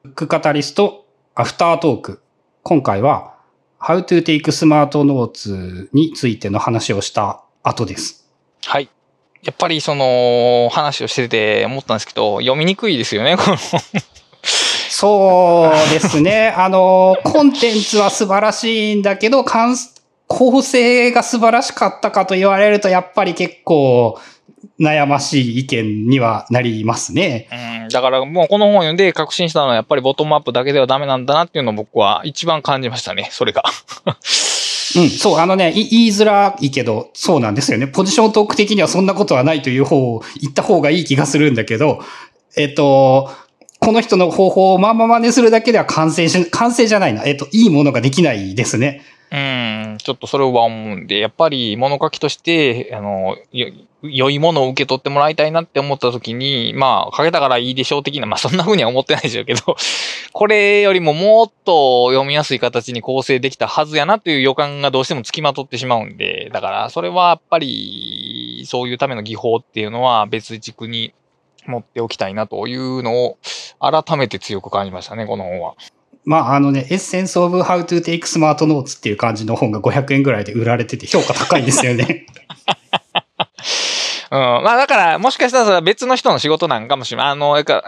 ブックカタリストアフタートーク。今回は How to take smart notes についての話をした後です。 はい。やっぱりその話をしてて思ったんですけど、読みにくいですよね、このそうですね。コンテンツは素晴らしいんだけど、構成が素晴らしかったかと言われると、やっぱり結構悩ましい意見にはなりますね。 だからもうこの本を読んで確信したのはやっぱりボトムアップだけではダメなんだなっていうのを僕は一番感じましたね、それが。 うん、そう、言いづらいけど、そうなんですよね。ポジショントーク的にはそんなことはないという方を言った方がいい気がするんだけど、この人の方法をまんま真似するだけでは完成じゃないな。いいものができないですね。 ちょっとそれは思うんで、やっぱり物書きとして、良いものを受け取ってもらいたいなって思った時に、まあ、書けたからいいでしょう的な、まあそんな風には思ってないでしょうけど、これよりももっと読みやすい形に構成できたはずやなという予感がどうしてもつきまとってしまうんで、だからそれはやっぱり、そういうための技法っていうのは別軸に持っておきたいなというのを改めて強く感じましたね、この本は。 まあEssence of How to Take Smart Notes っていう感じの本が500円ぐらいで売られてて評価高いんですよね。 まあだから、もしかしたらそれは別の人の仕事なんかもしれない。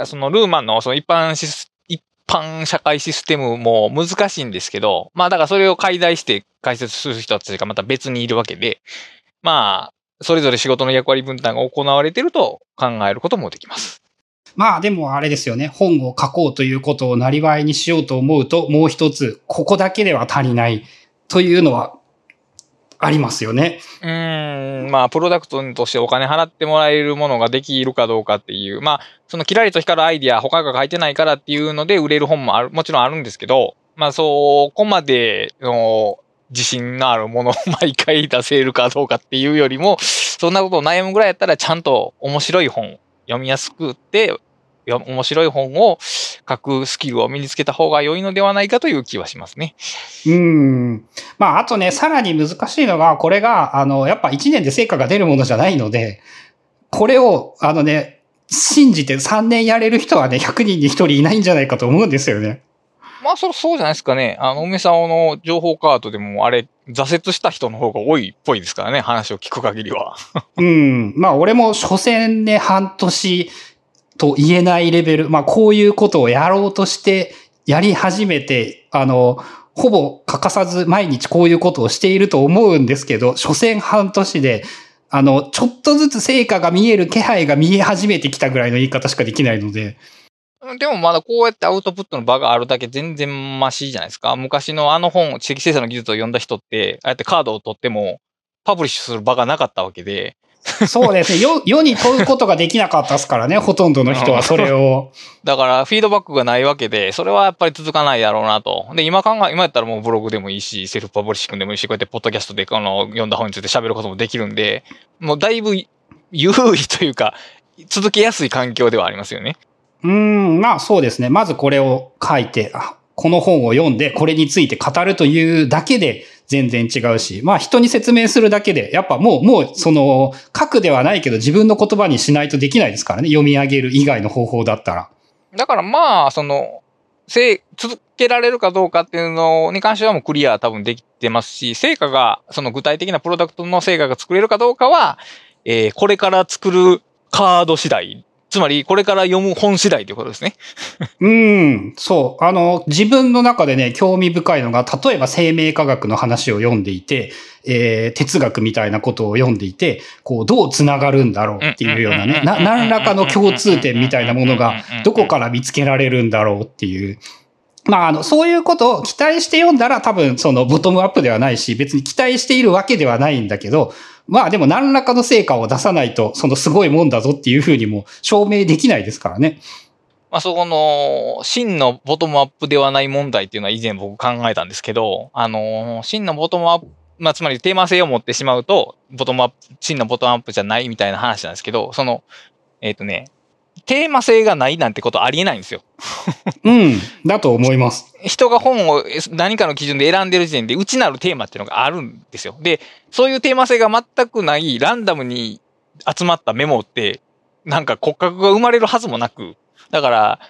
そのルーマンのその一般社会システムも難しいんですけど、まあだからそれを解題して解説する人たちがまた別にいるわけで、まあ、それぞれ仕事の役割分担が行われていると考えることもできます。 まあでもあれですよね。本を書こうということをなりわいにしようと思うと、もう一つ、ここだけでは足りないというのはありますよね。 まあ、プロダクトとしてお金払ってもらえるものができるかどうかっていう、まあ、そのキラリと光るアイディア、他が書いてないからっていうので売れる本ももちろんあるんですけど、まあ、そこまでの自信のあるものを毎回出せるかどうかっていうよりも、そんなことを悩むぐらいやったらちゃんと面白い本、読みやすくて、面白い本を書くスキルを身につけた方が良いのではないかという気はしますね。 まあ、あとね、さらに難しいのが、これが、やっぱ1年で成果が出るものじゃないので、これを、信じて3年やれる人はね、100人に1人いないんじゃないかと思うんですよね。 まあ、そうじゃないですかね。梅沢の情報カードでも、あれ、挫折した人の方が多いっぽいですからね、話を聞く限りは。 まあ、俺も、所詮ね、半年と言えないレベル、まあ、こういうことをやろうとして、やり始めて、ほぼ欠かさず毎日こういうことをしていると思うんですけど、所詮半年で、ちょっとずつ成果が見える気配が見え始めてきたぐらいの言い方しかできないので。 でもまだこうやってアウトプットの場があるだけ全然マシじゃないですか。昔の本、知的生産の技術を読んだ人って、ああやってカードを取っても、パブリッシュする場がなかったわけで。 そうですね。世に問うことができなかったですからね、ほとんどの人はそれを。 だから、フィードバックがないわけで、それはやっぱり続かないだろうなと。で、今やったらもうブログでもいいし、セルフパブリッシングでもいいし、こうやってポッドキャストで読んだ本について喋ることもできるんで、もうだいぶ優位というか、続けやすい環境ではありますよね。 まあそうですね。まずこれを書いて、この本を読んで、これについて語るというだけで全然違うし、まあ人に説明するだけで、やっぱもう書くではないけど自分の言葉にしないとできないですからね。読み上げる以外の方法だったら。 だからまあ、続けられるかどうかっていうのに関してはもうクリア多分できてますし、成果が、その具体的なプロダクトの成果が作れるかどうかは、これから作るカード次第。つまり、これから読む本次第ということですね。 そう。自分の中でね、興味深いのが、例えば生命科学の話を読んでいて、哲学みたいなことを読んでいて、こう、どう繋がるんだろうっていうようなね、何らかの共通点みたいなものが、どこから見つけられるんだろうっていう。まあ、そういうことを期待して読んだら多分ボトムアップではないし、別に期待しているわけではないんだけど、まあでも何らかの成果を出さないと、すごいもんだぞっていうふうにも証明できないですからね。 まあそこの、真のボトムアップではない問題っていうのは以前僕考えたんですけど、真のボトムアップ、まあつまりテーマ性を持ってしまうと、真のボトムアップじゃないみたいな話なんですけど、テーマ性がないなんてことありえないんですよ。 だと思います。 人が本を何かの基準で選んでる時点で内なるテーマっていうのがあるんですよ。で、そういうテーマ性が全くないランダムに集まったメモって、なんか骨格が生まれるはずもなく、だから、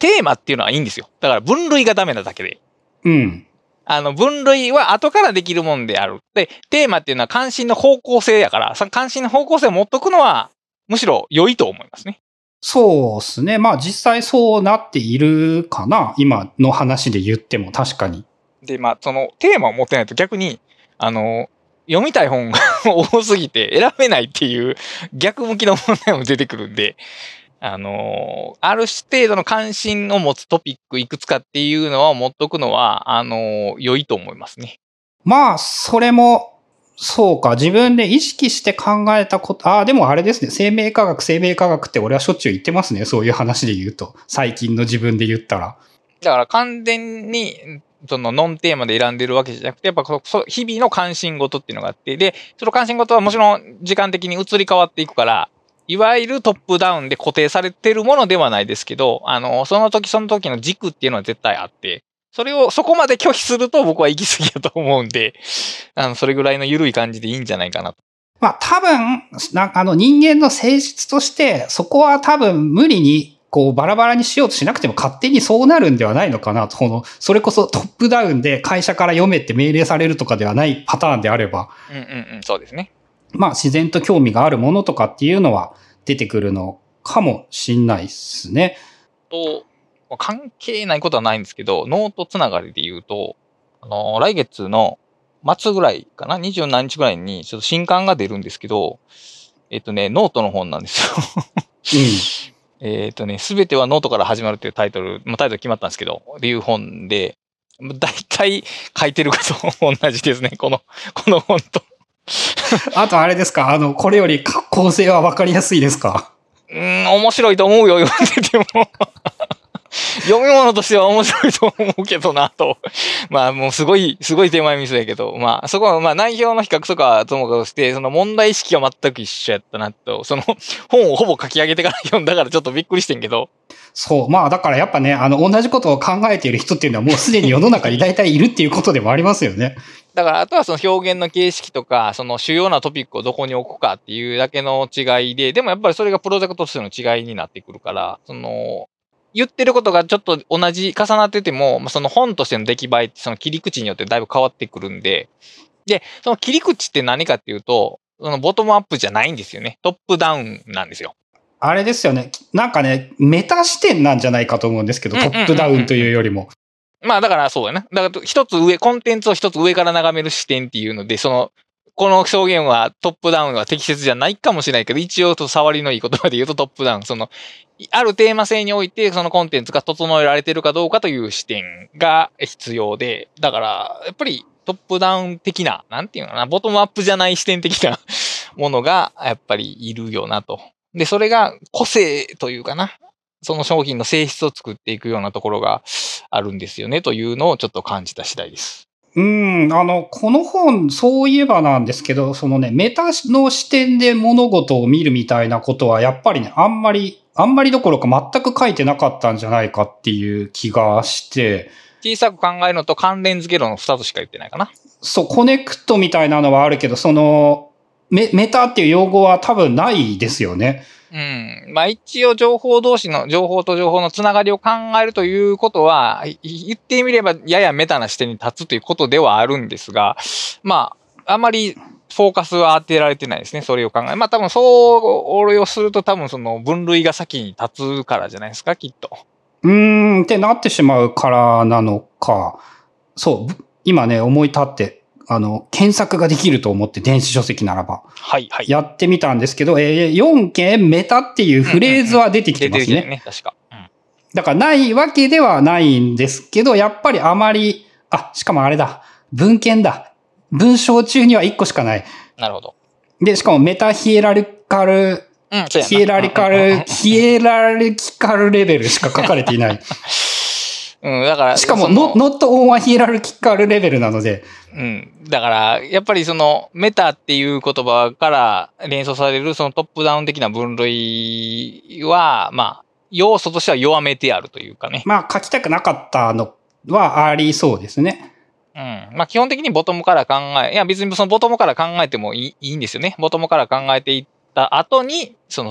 テーマっていうのはいいんですよ。だから分類がダメなだけで。 うん。 分類は後からできるもんである。で、テーマっていうのは関心の方向性やから、その関心の方向性を持っとくのは、むしろ良いと思いますね。 そうですね。まあ実際そうなっているかな。今の話で言っても確かに。 で、まあ、そのテーマを持ってないと逆に、読みたい本が多すぎて選べないっていう逆向きの問題も出てくるんで、ある程度の関心を持つトピックいくつかっていうのは持っとくのは、良いと思いますね。 まあ、それも、そうか。自分で意識して考えたこと、でもあれですね。生命科学って俺はしょっちゅう言ってますね。そういう話で言うと。最近の自分で言ったら。 だから完全に、そのノンテーマで選んでるわけじゃなくて、やっぱ日々の関心事っていうのがあって、で、その関心事はもちろん時間的に移り変わっていくから、いわゆるトップダウンで固定されてるものではないですけど、その時その時の軸っていうのは絶対あって、そこまで拒否すると僕は行き過ぎだと思うんで、それぐらいの緩い感じでいいんじゃないかなと。 まあ多分、人間の性質として、そこは多分無理に、こうバラバラにしようとしなくても勝手にそうなるんではないのかなと。それこそトップダウンで会社から読めって命令されるとかではないパターンであれば。 そうですね。 まあ自然と興味があるものとかっていうのは出てくるのかもしんないですね。 関係ないことはないんですけど、ノートつながりで言うと、来月の末ぐらいかな、20何日ぐらいにちょっと新刊が出るんですけど、ノートの本なんですよ。すべてはノートから始まるっていうタイトル決まったんですけど、っていう本で、大体書いてること同じですね、この本と。 あとあれですか、これより構成はわかりやすいですか？ 面白いと思うよ、読んでても。読み物としては面白いと思うけどなと。まあもうすごい手前味噌やけど、まあそこはまあ内容の比較とかともかくして、その問題意識は全く一緒やったなと、その本をほぼ書き上げてから読んだからちょっとびっくりしてんけど。 そう。まあだからやっぱね、同じことを考えている人っていうのはもうすでに世の中に大体いるっていうことでもありますよね。 だからあとはその表現の形式とか、その主要なトピックをどこに置くかっていうだけの違いで、でもやっぱりそれがプロジェクトとしての違いになってくるから、言ってることがちょっと同じ重なってても、その本としての出来栄えってその切り口によってだいぶ変わってくるんで、で、その切り口って何かっていうと、そのボトムアップじゃないんですよね。トップダウンなんですよ。 あれですよね。なんかね、メタ視点なんじゃないかと思うんですけど、トップダウンというよりも。 まあだからそうやな。だからコンテンツを一つ上から眺める視点っていうので、この表現はトップダウンは適切じゃないかもしれないけど、一応触りのいい言葉で言うとトップダウン。あるテーマ性において、そのコンテンツが整えられているかどうかという視点が必要で、だから、やっぱりトップダウン的な、なんていうのかな、ボトムアップじゃない視点的なものが、やっぱりいるよなと。で、それが個性というかな、その商品の性質を作っていくようなところがあるんですよね、というのをちょっと感じた次第です。 この本、そういえばなんですけど、そのね、メタの視点で物事を見るみたいなことは、やっぱりね、あんまりどころか全く書いてなかったんじゃないかっていう気がして、 小さく考えるのと関連付けるの2つしか言ってないかな。 そう、コネクトみたいなのはあるけど、メタっていう用語は多分ないですよね。 まあ一応情報と情報のつながりを考えるということは、言ってみればややメタな視点に立つということではあるんですが、まあ、あまりフォーカスは当てられてないですね。それを考え。まあ多分俺をすると多分その分類が先に立つからじゃないですか、きっと。 ってなってしまうからなのか。そう、今ね、思い立って、検索ができると思って電子書籍ならば。 はいはい。 やってみたんですけど、4件メタっていうフレーズは出てきてますね。出てきてね、 確か。 だからないわけではないんですけど、やっぱりあまり、しかもあれだ。文献だ。文章中には1個しかない。 なるほど。 で、しかもメタヒエラルカル、ヒエラルキカルレベルしか書かれていない。 だから。 しかも、not on a hierarchical レベルなので。 だから、やっぱりメタっていう言葉から連想されるそのトップダウン的な分類は、まあ、要素としては弱めてあるというかね。 まあ、書きたくなかったのはありそうですね。 まあ、基本的にボトムから別にそのボトムから考えてもいいんですよね。ボトムから考えていった後に、そのトッ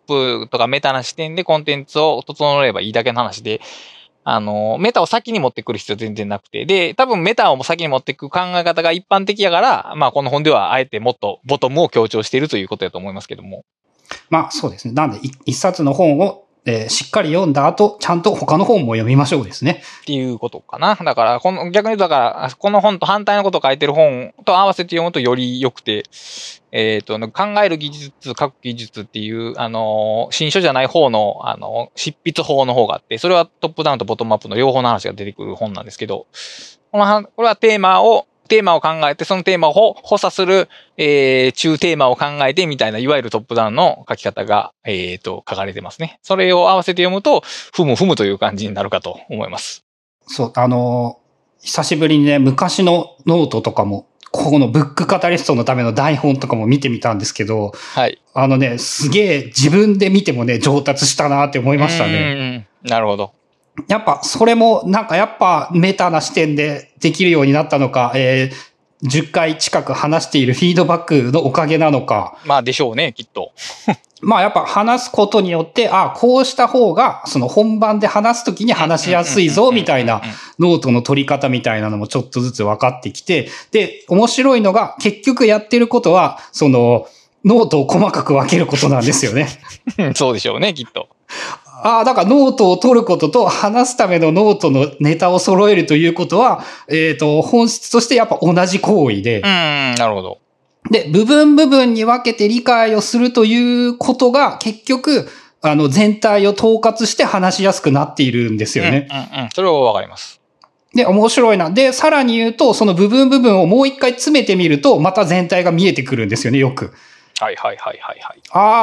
プとかメタな視点でコンテンツを整えればいいだけの話で、メタを先に持ってくる必要全然なくて。で、多分メタを先に持ってく考え方が一般的やから、まあこの本ではあえてもっとボトムを強調しているということだと思いますけども。 まあそうですね。なんで一冊の本を、しっかり読んだ後、ちゃんと他の本も読みましょうですね。 っていうことかな。だから、逆に言うと、だから、この本と反対のことを書いてる本と合わせて読むとより良くて、考える技術、書く技術っていう、新書じゃない方の、執筆法の方があって、それはトップダウンとボトムアップの両方の話が出てくる本なんですけど、これはテーマを考えて、そのテーマを補佐する、中テーマを考えてみたいな、いわゆるトップダウンの書き方が、書かれてますね。それを合わせて読むと、ふむという感じになるかと思います。 そう、久しぶりにね、昔のノートとかも、ここのブックカタリストのための台本とかも見てみたんですけど、 はい。 すげえ自分で見てもね、上達したなって思いましたね。 なるほど。 やっぱ、それも、やっぱ、メタな視点でできるようになったのか、10回近く話しているフィードバックのおかげなのか。 まあ、でしょうね、きっと。 まあ、やっぱ話すことによって、こうした方が、その本番で話すときに話しやすいぞ、みたいな、ノートの取り方みたいなのもちょっとずつ分かってきて、で、面白いのが、結局やってることは、ノートを細かく分けることなんですよね。 そうでしょうね、きっと。 だからノートを取ることと話すためのノートのネタを揃えるということは、本質としてやっぱ同じ行為で。 なるほど。 で、部分に分けて理解をするということが結局、全体を統括して話しやすくなっているんですよね。 それはわかります。 で、面白いな。で、さらに言うと、その部分をもう一回詰めてみると、また全体が見えてくるんですよね、よく。 はい。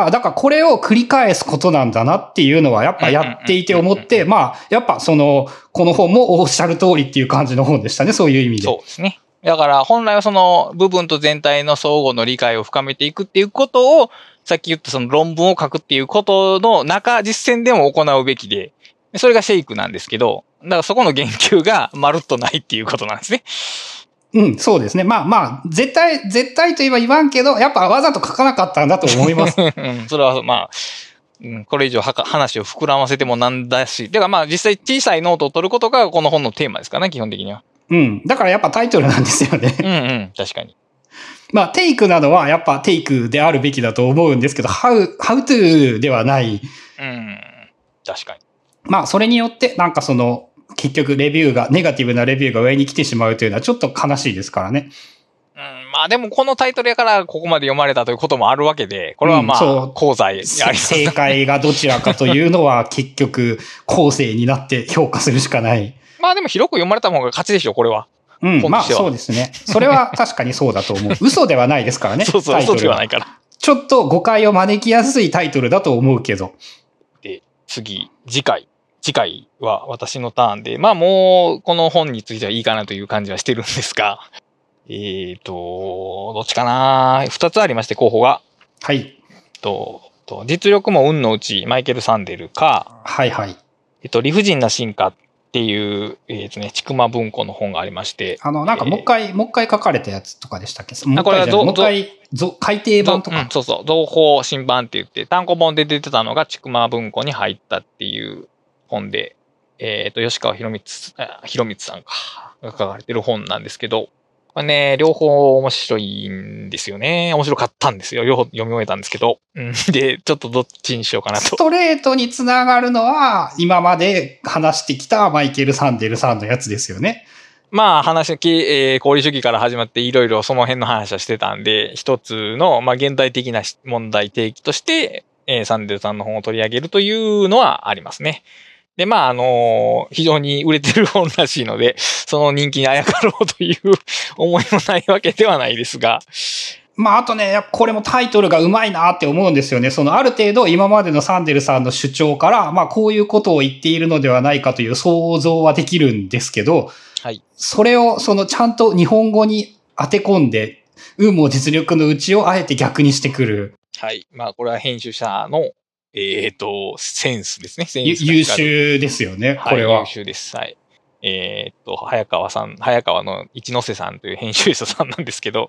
だからこれを繰り返すことなんだなっていうのはやっぱやっていて思って、まあ、やっぱこの本もおっしゃる通りっていう感じの本でしたね、そういう意味で。 そうですね。だから本来はその部分と全体の相互の理解を深めていくっていうことを、さっき言ったその論文を書くっていうことの実践でも行うべきで、それがシェイクなんですけど、だからそこの言及がまるっとないっていうことなんですね。 そうですね。まあ、絶対と言えば言わんけど、やっぱわざと書かなかったんだと思います。 それはまあ、これ以上話を膨らませてもなんだし、だからまあ実際小さいノートを取ることがこの本のテーマですかね、基本的には。 だからやっぱタイトルなんですよね。 確かに。 まあ、テイクなのはやっぱテイクであるべきだと思うんですけど、how to ではない。 確かに。 まあ、それによって、結局ネガティブなレビューが上に来てしまうというのはちょっと悲しいですからね。 まあでもこのタイトルやからここまで読まれたということもあるわけで、これはまあ、功罪あり正解がどちらかというのは結局、後世になって評価するしかない。 まあでも広く読まれた方が勝ちでしょ、これは。 まあそうですね。それは確かにそうだと思う。嘘ではないですからね。 そう、嘘ではないから。 ちょっと誤解を招きやすいタイトルだと思うけど。 で、次回は私のターンで、まあもうこの本についてはいいかなという感じはしてるんですが、どっちかな2つありまして、候補が。 はい。 実力も運のうち、マイケル・サンデルか、 はいはい。 理不尽な進化っていう、ちくま文庫の本がありまして。 もう一回書かれたやつとかでしたっけ？これはもう一回、改訂版とか。 そう、同胞新版って言って、単行本で出てたのがちくま文庫に入ったっていう本で、吉川博光さんが書かれてる本なんですけど、これね、両方面白いんですよね。面白かったんですよ。両方読み終えたんですけど。で、ちょっとどっちにしようかなと。 ストレートにつながるのは、今まで話してきたマイケル・サンデルさんのやつですよね。 まあ功利主義から始まっていろいろその辺の話はしてたんで、一つの、まあ現代的な問題提起として、サンデルさんの本を取り上げるというのはありますね。で、まあ非常に売れてる本らしいので、その人気にあやかろうという思いもないわけではないですが。 まあ、あとね、これもタイトルがうまいなって思うんですよね。ある程度今までのサンデルさんの主張から、まあ、こういうことを言っているのではないかという想像はできるんですけど、 はい。 それを、ちゃんと日本語に当て込んで、運も実力のうちをあえて逆にしてくる。 はい。まあ、これは編集者の、センスですね。 優秀ですよね、これは。 優秀です。はい。早川の一ノ瀬さんという編集者さんなんですけど、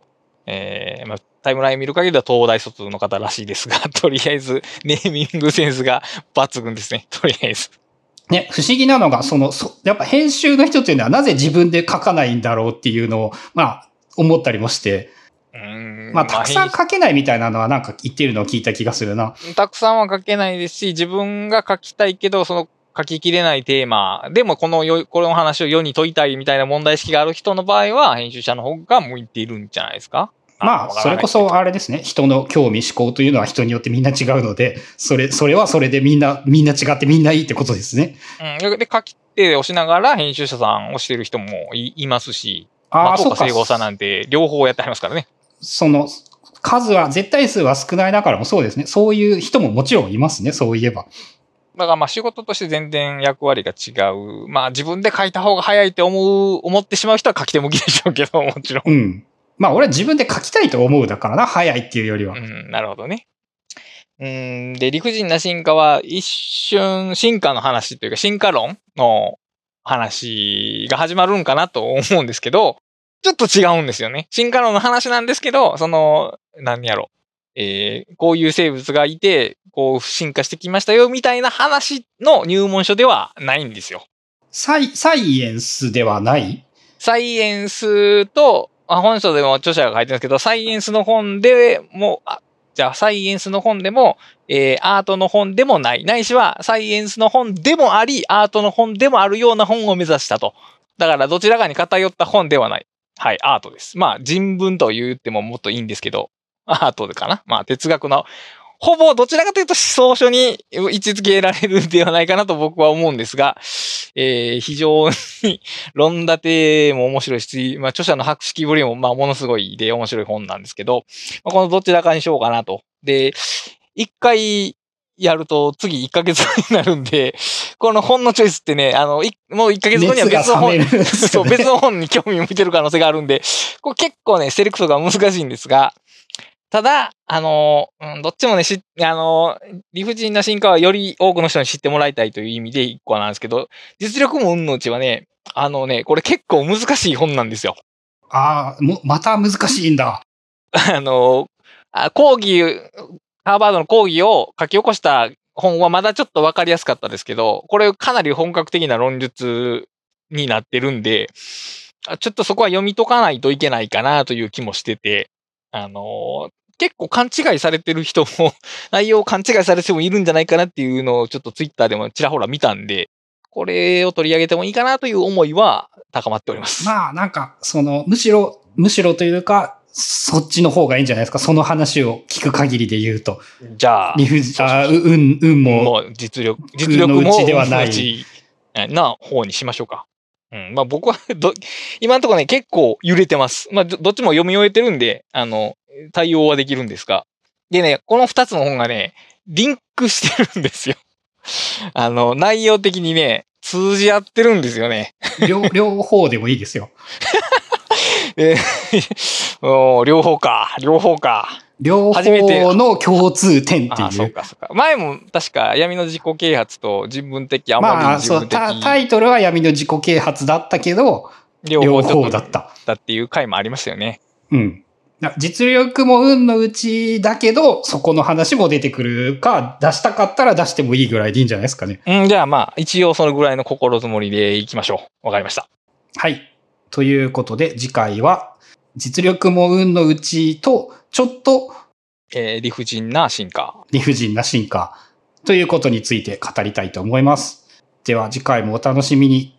タイムライン見る限りでは東大卒の方らしいですが、とりあえずネーミングセンスが抜群ですね。とりあえず。 ね、不思議なのが、やっぱ編集の人っていうのはなぜ自分で書かないんだろうっていうのを、思ったりもして、たくさん書けないみたいなのはなんか言ってるのを聞いた気がするな。 たくさんは書けないですし、自分が書きたいけど、書ききれないテーマ、でもこの話を世に問いたいみたいな問題意識がある人の場合は、編集者の方が向いているんじゃないですか？ それこそあれですね。人の興味思考というのは人によってみんな違うので、それはそれでみんな違ってみんないいってことですね。 で、書き手をしながら編集者さんをしている人もいますし、そうか整合さなんて両方やってありますからね。 絶対数は少ないながらもそうですね。そういう人ももちろんいますね。そういえば。 だから仕事として全然役割が違う。自分で書いた方が早いって思ってしまう人は書き手向きでしょうけど、もちろん。 うん。俺は自分で書きたいと思うだからな、早いっていうよりは。 なるほどね。で、理不尽な進化は一瞬進化の話というか進化論の話が始まるんかなと思うんですけど、ちょっと違うんですよね。進化論の話なんですけど、何やろ。こういう生物がいて、こう進化してきましたよみたいな話の入門書ではないんですよ。 サイエンスではない？ サイエンスと、本書でも著者が書いてるんですけど、サイエンスの本でも、サイエンスの本でも、アートの本でもない。ないしは、サイエンスの本でもあり、アートの本でもあるような本を目指したと。だから、どちらかに偏った本ではない。はい、アートです。人文と言ってももっといいんですけど、アートかな。哲学の、ほぼどちらかというと思想書に位置づけられるんではないかなと僕は思うんですが、非常に論立ても面白いし、著者の博識ぶりもものすごいで面白い本なんですけど、このどちらかにしようかなと。で、一回やると次1ヶ月後になるんで、この本のチョイスってね、もう1ヶ月後には別の本、別の本に興味を向いてる可能性があるんで、これ結構ね、セレクトが難しいんですが、ただ、どっちもね、理不尽な進化はより多くの人に知ってもらいたいという意味で一個なんですけど、実力も運のうちはね、これ結構難しい本なんですよ。 また難しいんだ。 講義、ハーバードの講義を書き起こした本はまだちょっとわかりやすかったですけど、これかなり本格的な論述になってるんで、ちょっとそこは読み解かないといけないかなという気もしてて、結構勘違いされてる人も、内容を勘違いされてる人もいるんじゃないかなっていうのをちょっとツイッターでもちらほら見たんで、これを取り上げてもいいかなという思いは高まっております。 むしろというか、そっちの方がいいんじゃないですか。その話を聞く限りで言うと。 じゃあ、 運も実力もうちではないな方にしましょうか。僕は今のところね、結構揺れてます。どっちも読み終えてるんで、対応はできるんですが。でね、この2つの本がね、リンクしてるんですよ。内容的にね、通じ合ってるんですよね。 両方でもいいですよ。 両方か。両方の共通点っていう。 そうか。前も確か闇の自己啓発と人文的、あまり自分的。 タイトルは闇の自己啓発だったけど、両方だった。 だっていう回もありましたよね。 うん。実力も運のうちだけど、そこの話も出てくるか、出したかったら出してもいいぐらいでいいんじゃないですかね。 じゃあ一応そのぐらいの心づもりでいきましょう。わかりました。 はい。ということで、次回は、実力も運のうちと、ちょっと、 理不尽な進化。 ということについて語りたいと思います。では次回もお楽しみに。